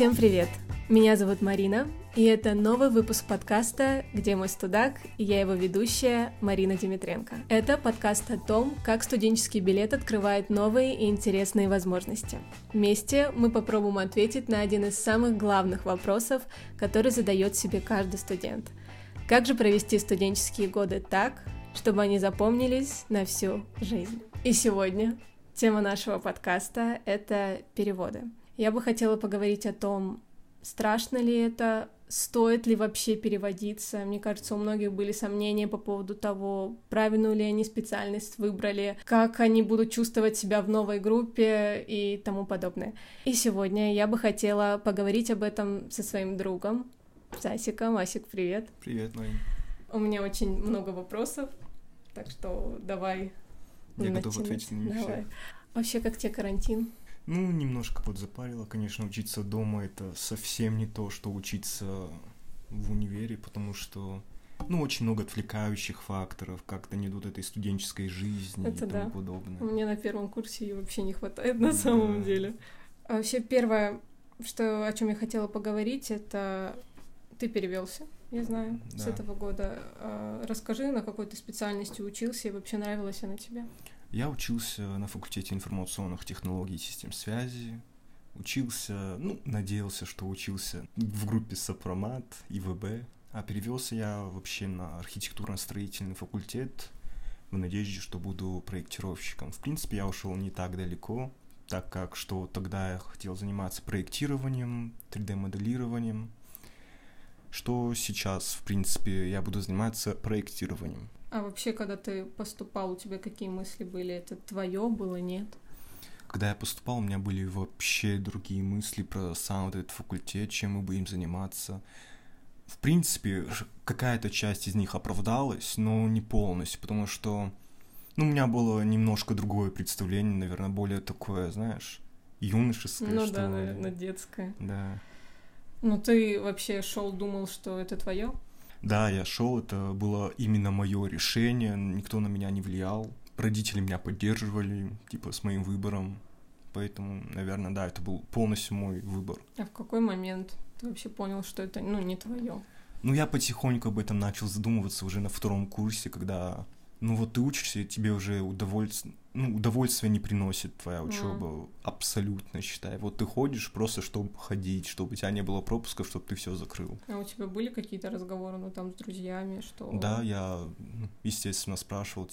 Всем привет! Меня зовут Марина, и это новый выпуск подкаста «Где мой студак?» и я его ведущая Марина Димитренко. Это подкаст о том, как студенческий билет открывает новые и интересные возможности. Вместе мы попробуем ответить на один из самых главных вопросов, который задает себе каждый студент. Как же провести студенческие годы так, чтобы они запомнились на всю жизнь? И сегодня тема нашего подкаста — это переводы. Я бы хотела поговорить о том, страшно ли это, стоит ли вообще переводиться. Мне кажется, у многих были сомнения по поводу того, правильную ли они специальность выбрали, как они будут чувствовать себя в новой группе и тому подобное. И сегодня я бы хотела поговорить об этом со своим другом, Асиком. Асик, привет. Привет, Марин. У меня очень много вопросов, так что давай. Я готов ответить на них все. Вообще, как тебе карантин? Немножко подзапарило. Конечно, учиться дома — это совсем не то, что учиться в универе, потому что, очень много отвлекающих факторов, как-то не идут этой студенческой жизни это и тому подобное. У меня на первом курсе ее вообще не хватает на самом деле. А вообще, первое, о чем я хотела поговорить, это ты перевелся, я знаю, с этого года. Расскажи, на какой ты специальности учился и вообще нравилась она тебе? Я учился на факультете информационных технологий и систем связи. Учился, надеялся, что учился в группе Сопромат, ИВБ. А перевелся я вообще на архитектурно-строительный факультет в надежде, что буду проектировщиком. В принципе, я ушел не так далеко, так как тогда я хотел заниматься проектированием, 3D-моделированием, что сейчас, в принципе, я буду заниматься проектированием. А вообще, когда ты поступал, у тебя какие мысли были? Это твое было, нет? Когда я поступал, у меня были вообще другие мысли про сам этот факультет, чем мы будем заниматься. В принципе, какая-то часть из них оправдалась, но не полностью, потому что, у меня было немножко другое представление, наверное, более такое, знаешь, юношеское, что ли. Наверное, детское. Да. Ты вообще думал, что это твое? Да, я шел, это было именно мое решение, никто на меня не влиял. Родители меня поддерживали, с моим выбором. Поэтому, наверное, да, это был полностью мой выбор. А в какой момент ты вообще понял, что это, не твое? Я потихоньку об этом начал задумываться уже на втором курсе, когда, ты учишься, и тебе уже удовольствие не приносит твоя учеба, абсолютно, считай. Ты ходишь просто, чтобы ходить, чтобы у тебя не было пропусков, чтобы ты все закрыл. А у тебя были какие-то разговоры, с друзьями, что... Да, я, естественно, спрашивал,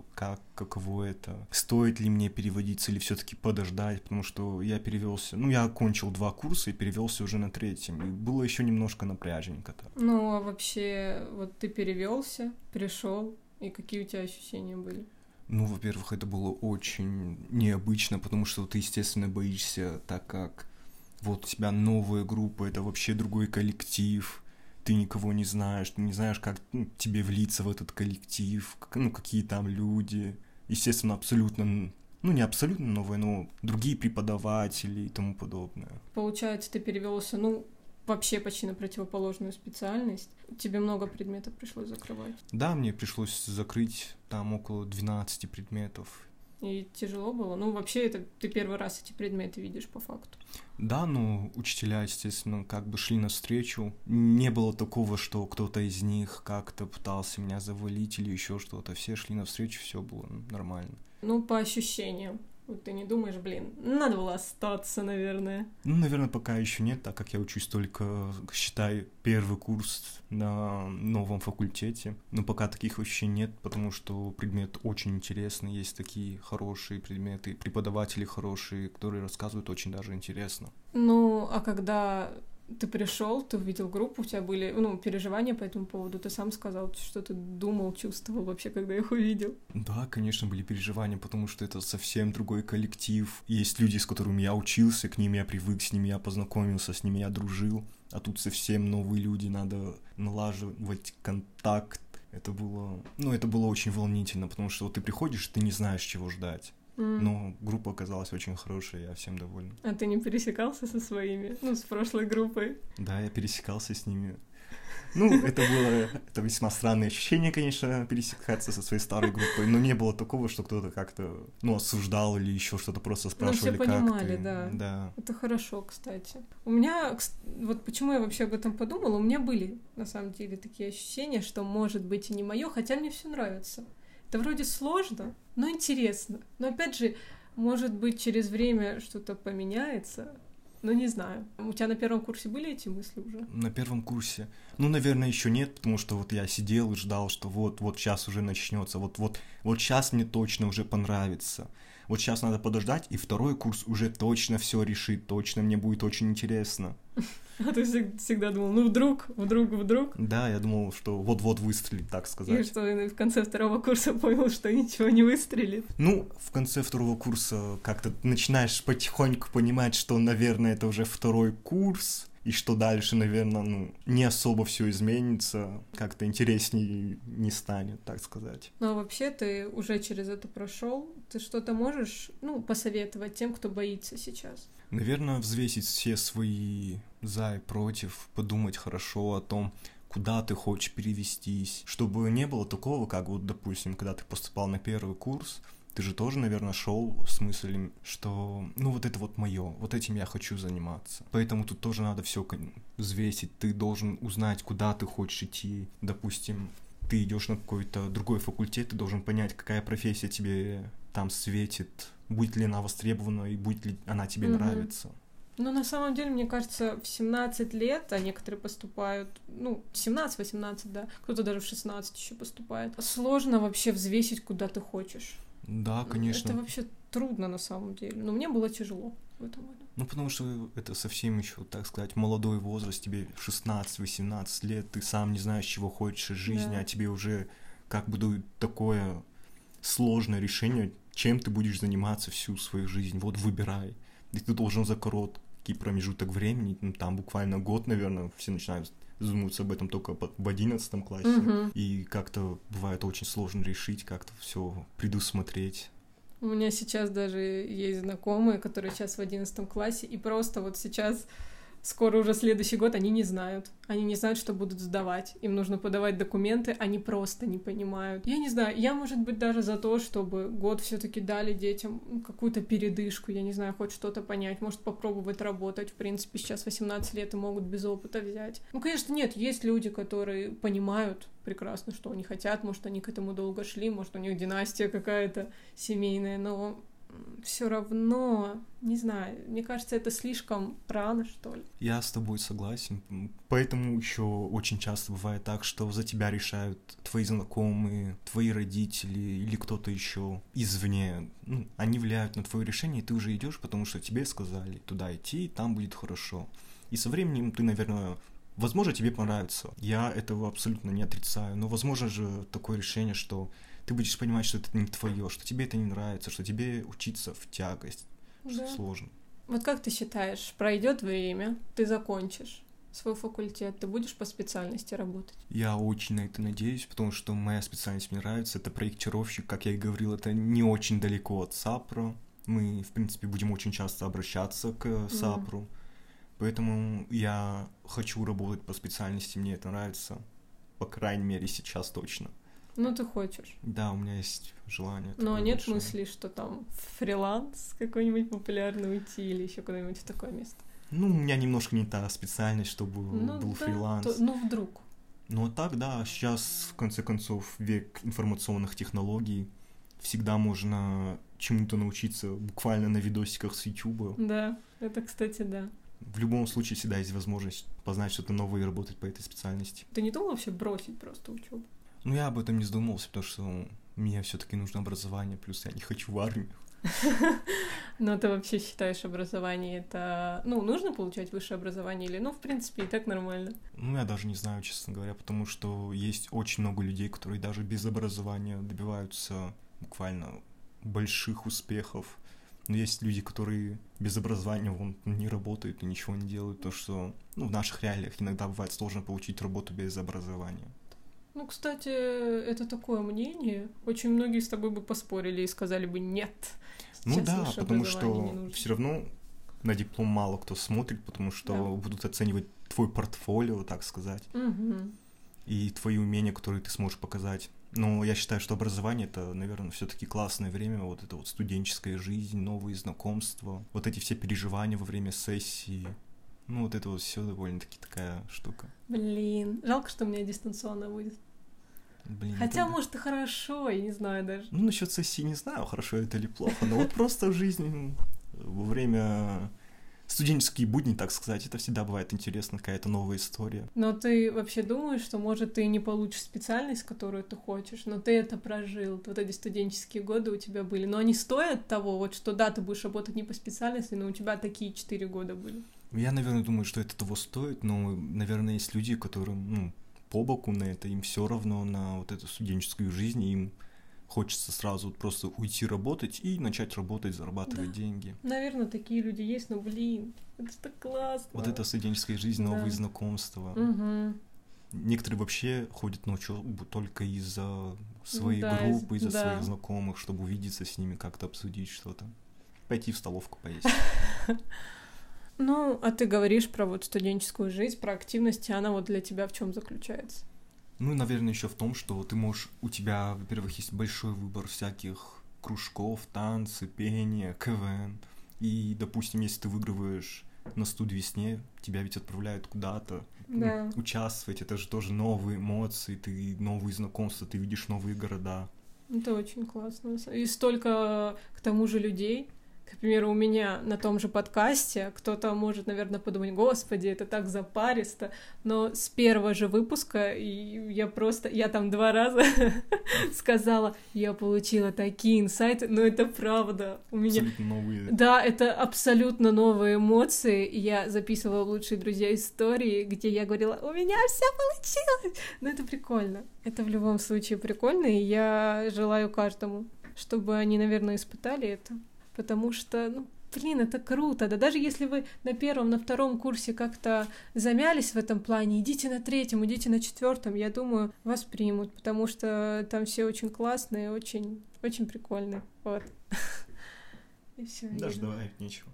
каково это, стоит ли мне переводиться или все-таки подождать, потому что я перевелся, я окончил 2 курса и перевелся уже на 3-м, и было еще немножко напряженько-то. А вообще, ты перевелся, пришел, и какие у тебя ощущения были? Во-первых, это было очень необычно, потому что ты, естественно, боишься, так как у тебя новая группа, это вообще другой коллектив, ты никого не знаешь, ты не знаешь, как тебе влиться в этот коллектив, какие там люди. Естественно, абсолютно, не абсолютно новые, но другие преподаватели и тому подобное. Получается, ты перевелся, вообще почти на противоположную специальность. Тебе много предметов пришлось закрывать? Да, мне пришлось закрыть там около 12 предметов. И тяжело было? Вообще, это ты первый раз эти предметы видишь по факту. Да, учителя, естественно, шли навстречу. Не было такого, что кто-то из них как-то пытался меня завалить или еще что-то. Все шли навстречу, все было нормально. По ощущениям. Ты не думаешь, надо было остаться, наверное? Наверное, пока еще нет, так как я учусь только, считай, первый курс на новом факультете. Но пока таких вообще нет, потому что предмет очень интересный, есть такие хорошие предметы, преподаватели хорошие, которые рассказывают очень даже интересно. А когда ты пришел, ты увидел группу, у тебя были, переживания по этому поводу, ты сам сказал, что ты думал, чувствовал вообще, когда их увидел? Да, конечно, были переживания, потому что это совсем другой коллектив. Есть люди, с которыми я учился, к ним я привык, с ними я познакомился, с ними я дружил, а тут совсем новые люди, надо налаживать контакт. Это было очень волнительно, потому что ты приходишь, ты не знаешь, чего ждать. Но группа оказалась очень хорошая, я всем доволен. А ты не пересекался со своими, с прошлой группой? Да, я пересекался с ними. Ну, это весьма странное ощущение, конечно, пересекаться со своей старой группой, но не было такого, что кто-то как-то, осуждал или еще что-то, просто спрашивали, как ты. Ну, все понимали, да. Да. Это хорошо, кстати. У меня, вот почему я вообще об этом подумала, у меня были, на самом деле, такие ощущения, что может быть и не мое, хотя мне все нравится. Это вроде сложно, но интересно. Но опять же, может быть, через время что-то поменяется. Ну, не знаю. У тебя на первом курсе были эти мысли уже? На первом курсе? Ну, наверное, еще нет, потому что вот я сидел и ждал, что вот сейчас уже начнется, вот сейчас мне точно уже понравится. Вот сейчас надо подождать, и второй курс уже точно все решит, точно мне будет очень интересно. А ты всегда думал, ну вдруг? Да, я думал, что вот-вот выстрелит, так сказать. И что, в конце второго курса понял, что ничего не выстрелит? Ну, в конце второго курса как-то начинаешь потихоньку понимать, что, наверное, это уже второй курс, и что дальше, наверное, не особо все изменится, как-то интереснее не станет, так сказать. Ну, а вообще ты уже через это прошел, ты что-то можешь, посоветовать тем, кто боится сейчас? Наверное, взвесить все свои за и против, подумать хорошо о том, куда ты хочешь перевестись, чтобы не было такого, как вот, допустим, когда ты поступал на первый курс, ты же тоже, наверное, шел с мыслью, что, вот это вот мое, вот этим я хочу заниматься. Поэтому тут тоже надо все взвесить, ты должен узнать, куда ты хочешь идти. Допустим, ты идешь на какой-то другой факультет, ты должен понять, какая профессия тебе там светит, будет ли она востребована и будет ли она тебе нравиться. Ну, на самом деле, мне кажется, в 17 лет, а некоторые поступают, 17-18, да, кто-то даже в 16 еще поступает. Сложно вообще взвесить, куда ты хочешь. Да, конечно. Это вообще трудно на самом деле, но мне было тяжело в этом году. Потому что это совсем еще, так сказать, молодой возраст, тебе 16-18 лет, ты сам не знаешь, чего хочешь из жизни, да. А тебе уже как бы дают такое сложное решение, чем ты будешь заниматься всю свою жизнь, вот выбирай. И ты должен за короткий промежуток времени, там буквально год, наверное, все начинают задумываться об этом только в 11 классе, и как-то бывает очень сложно решить, как-то все предусмотреть. У меня сейчас даже есть знакомые, которые сейчас в 11 классе, и просто вот сейчас, скоро уже следующий год, они не знают. Они не знают, что будут сдавать. Им нужно подавать документы, они просто не понимают. Я не знаю, я, может быть, даже за то, чтобы год все-таки дали детям какую-то передышку, я не знаю, хоть что-то понять, может, попробовать работать. В принципе, сейчас 18 лет и могут без опыта взять. Конечно, нет, есть люди, которые понимают прекрасно, что они хотят, может, они к этому долго шли, может, у них династия какая-то семейная, но все равно, не знаю, мне кажется, это слишком рано, что ли. Я с тобой согласен. Поэтому еще очень часто бывает так, что за тебя решают твои знакомые, твои родители или кто-то еще извне. Они влияют на твое решение, и ты уже идешь, потому что тебе сказали туда идти, там будет хорошо. И со временем ты, наверное, возможно, тебе понравится. Я этого абсолютно не отрицаю. Но возможно же такое решение, что ты будешь понимать, что это не твое, что тебе это не нравится, что тебе учиться в тягость, что сложно. Вот как ты считаешь, пройдет время, ты закончишь свой факультет, ты будешь по специальности работать? Я очень на это надеюсь, потому что моя специальность мне нравится. Это проектировщик, как я и говорил, это не очень далеко от САПРО. Мы, в принципе, будем очень часто обращаться к САПРу. Поэтому я хочу работать по специальности, мне это нравится. По крайней мере, сейчас точно. Ну, ты хочешь. Да, у меня есть желание. Но нет мысли, что там фриланс какой-нибудь популярный уйти или еще куда-нибудь в такое место? У меня немножко не та специальность, чтобы был фриланс. Вдруг. Ну, так, да, сейчас, в конце концов, век информационных технологий. Всегда можно чему-то научиться буквально на видосиках с YouTube. Да, это, кстати, да. В любом случае всегда есть возможность познать что-то новое и работать по этой специальности. Ты не думал вообще бросить просто учебу? Я об этом не задумывался, потому что мне все-таки нужно образование, плюс я не хочу в армию. Но ты вообще считаешь образование это... нужно получать высшее образование или, в принципе, и так нормально? Я даже не знаю, честно говоря, потому что есть очень много людей, которые даже без образования добиваются буквально больших успехов. Но есть люди, которые без образования не работают и ничего не делают, то что в наших реалиях иногда бывает сложно получить работу без образования. Кстати, это такое мнение. Очень многие с тобой бы поспорили и сказали бы нет. Да, потому что все равно на диплом мало кто смотрит, потому что будут оценивать твой портфолио, так сказать, и твои умения, которые ты сможешь показать. Но я считаю, что образование — это, наверное, все-таки классное время, вот это вот студенческая жизнь, новые знакомства, вот эти все переживания во время сессии. Ну, вот это вот все довольно-таки такая штука. Блин, жалко, что у меня дистанционно будет. Блин, хотя, это... может, и хорошо, я не знаю даже. Ну, насчет сессии не знаю, хорошо это или плохо, но вот просто в жизни во время студенческие будни, так сказать, это всегда бывает интересно, какая-то новая история. Но ты вообще думаешь, что, может, ты не получишь специальность, которую ты хочешь, но ты это прожил, вот эти студенческие годы у тебя были, но они стоят того, вот что да, ты будешь работать не по специальности, но у тебя такие 4 года были. Я, наверное, думаю, что это того стоит, но, наверное, есть люди, которым, по боку на это, им все равно на вот эту студенческую жизнь, им хочется сразу просто уйти работать и начать работать, зарабатывать деньги. Наверное, такие люди есть, но, блин, это так классно. Вот эта студенческая жизнь, новые знакомства. Некоторые вообще ходят на учебу только из-за своей группы, из-за своих знакомых, чтобы увидеться с ними, как-то обсудить что-то. Пойти в столовку поесть. Ну, а ты говоришь про вот студенческую жизнь, про активности, она вот для тебя в чем заключается? Ну, наверное, еще в том, что ты можешь, у тебя, во-первых, есть большой выбор всяких кружков, танцы, пение, КВН. И, допустим, если ты выигрываешь на студвесне, тебя ведь отправляют куда-то участвовать. Это же тоже новые эмоции, ты новые знакомства, ты видишь новые города. Это очень классно. И столько, к тому же, людей. К примеру, у меня на том же подкасте кто-то может, наверное, подумать: господи, это так запаристо, но с первого же выпуска я там 2 раза сказала, я получила такие инсайты, но это правда. У меня... Абсолютно новые. Да, это абсолютно новые эмоции. Я записывала в «Лучшие друзья» истории, где я говорила: у меня все получилось! Ну, это прикольно. Это в любом случае прикольно, и я желаю каждому, чтобы они, наверное, испытали это. Потому что, это круто. Да даже если вы на 1-м, на 2-м курсе как-то замялись в этом плане, идите на 3-м, идите на 4-м, я думаю, вас примут, потому что там все очень классные, очень, очень прикольные. Вот. И всё. Даже добавить нечего.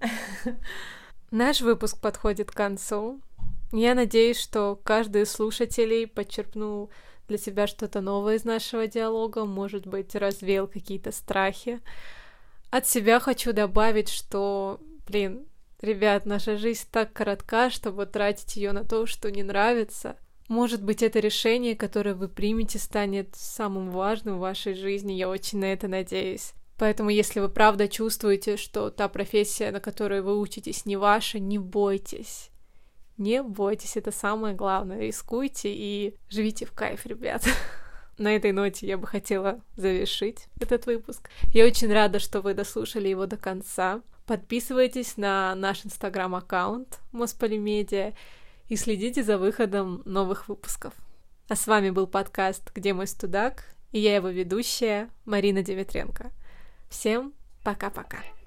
Наш выпуск подходит к концу. Я надеюсь, что каждый из слушателей подчерпнул для себя что-то новое из нашего диалога, может быть, развеял какие-то страхи. От себя хочу добавить, что, ребят, наша жизнь так коротка, чтобы тратить ее на то, что не нравится. Может быть, это решение, которое вы примете, станет самым важным в вашей жизни. Я очень на это надеюсь. Поэтому, если вы правда чувствуете, что та профессия, на которой вы учитесь, не ваша, не бойтесь. Не бойтесь, это самое главное. Рискуйте и живите в кайф, ребят. На этой ноте я бы хотела завершить этот выпуск. Я очень рада, что вы дослушали его до конца. Подписывайтесь на наш инстаграм-аккаунт Мосполимедиа и следите за выходом новых выпусков. А с вами был подкаст «Где мой студак?» и я его ведущая Марина Димитренко. Всем пока-пока!